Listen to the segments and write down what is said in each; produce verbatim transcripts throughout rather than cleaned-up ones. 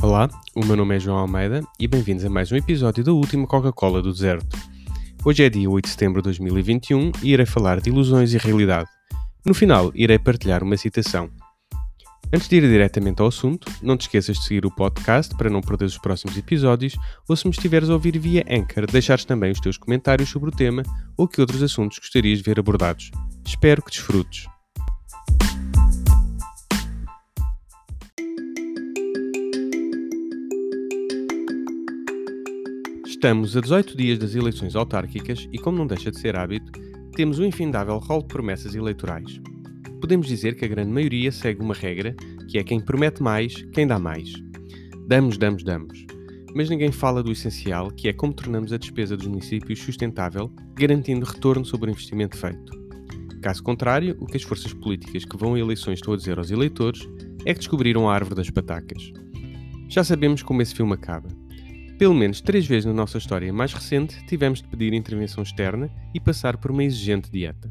Olá, o meu nome é João Almeida e bem-vindos a mais um episódio da última Coca-Cola do Deserto. Hoje é dia oito de setembro de dois mil e vinte e um e irei falar de ilusões e realidade. No final, irei partilhar uma citação. Antes de ir diretamente ao assunto, não te esqueças de seguir o podcast para não perder os próximos episódios ou, se me estiveres a ouvir via Anchor, deixares também os teus comentários sobre o tema ou que outros assuntos gostarias de ver abordados. Espero que desfrutes. Estamos a dezoito dias das eleições autárquicas e, como não deixa de ser hábito, temos um infindável rol de promessas eleitorais. Podemos dizer que a grande maioria segue uma regra, que é quem promete mais, quem dá mais. Damos, damos, damos. Mas ninguém fala do essencial, que é como tornamos a despesa dos municípios sustentável, garantindo retorno sobre o investimento feito. Caso contrário, o que as forças políticas que vão a eleições estão a dizer aos eleitores é que descobriram a árvore das patacas. Já sabemos como esse filme acaba. Pelo menos três vezes na nossa história mais recente tivemos de pedir intervenção externa e passar por uma exigente dieta.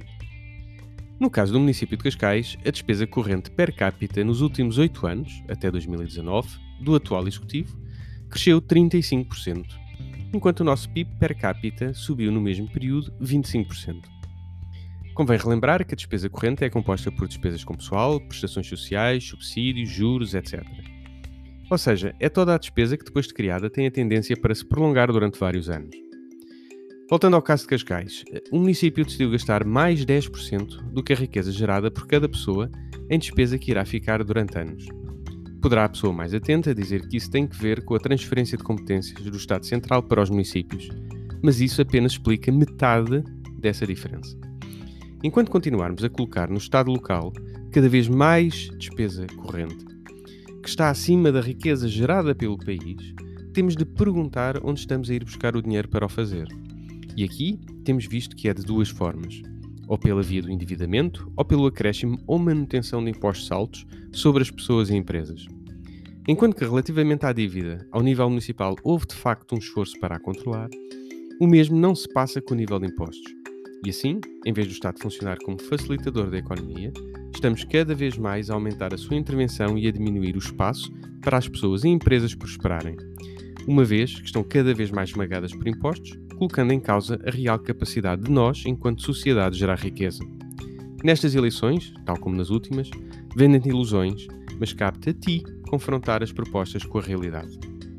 No caso do município de Cascais, a despesa corrente per capita nos últimos oito anos, até dois mil e dezanove, do atual executivo, cresceu trinta e cinco por cento, enquanto o nosso P I B per capita subiu no mesmo período vinte e cinco por cento. Convém relembrar que a despesa corrente é composta por despesas com pessoal, prestações sociais, subsídios, juros, etcétera. Ou seja, é toda a despesa que depois de criada tem a tendência para se prolongar durante vários anos. Voltando ao caso de Cascais, o município decidiu gastar mais dez por cento do que a riqueza gerada por cada pessoa em despesa que irá ficar durante anos. Poderá a pessoa mais atenta dizer que isso tem que ver com a transferência de competências do Estado Central para os municípios, mas isso apenas explica metade dessa diferença. Enquanto continuarmos a colocar no Estado local cada vez mais despesa corrente, que está acima da riqueza gerada pelo país, temos de perguntar onde estamos a ir buscar o dinheiro para o fazer. E aqui temos visto que é de duas formas, ou pela via do endividamento, ou pelo acréscimo ou manutenção de impostos altos sobre as pessoas e empresas. Enquanto que relativamente à dívida, ao nível municipal houve de facto um esforço para a controlar, o mesmo não se passa com o nível de impostos. E assim, em vez do Estado funcionar como facilitador da economia, estamos cada vez mais a aumentar a sua intervenção e a diminuir o espaço para as pessoas e empresas prosperarem, uma vez que estão cada vez mais esmagadas por impostos, colocando em causa a real capacidade de nós, enquanto sociedade, de gerar riqueza. Nestas eleições, tal como nas últimas, vendem-te ilusões, mas cabe-te a ti confrontar as propostas com a realidade.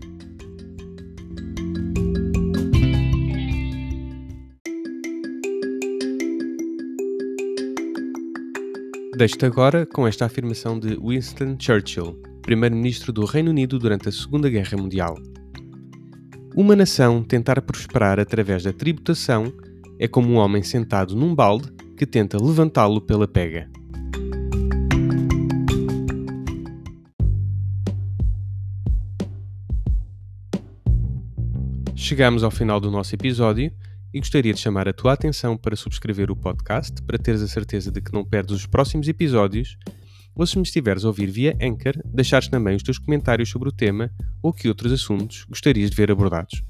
Deixo-te agora com esta afirmação de Winston Churchill, primeiro-ministro do Reino Unido durante a Segunda Guerra Mundial. Uma nação tentar prosperar através da tributação é como um homem sentado num balde que tenta levantá-lo pela pega. Chegamos ao final do nosso episódio e gostaria de chamar a tua atenção para subscrever o podcast para teres a certeza de que não perdes os próximos episódios, ou se me estiveres a ouvir via Anchor, deixares também os teus comentários sobre o tema ou que outros assuntos gostarias de ver abordados.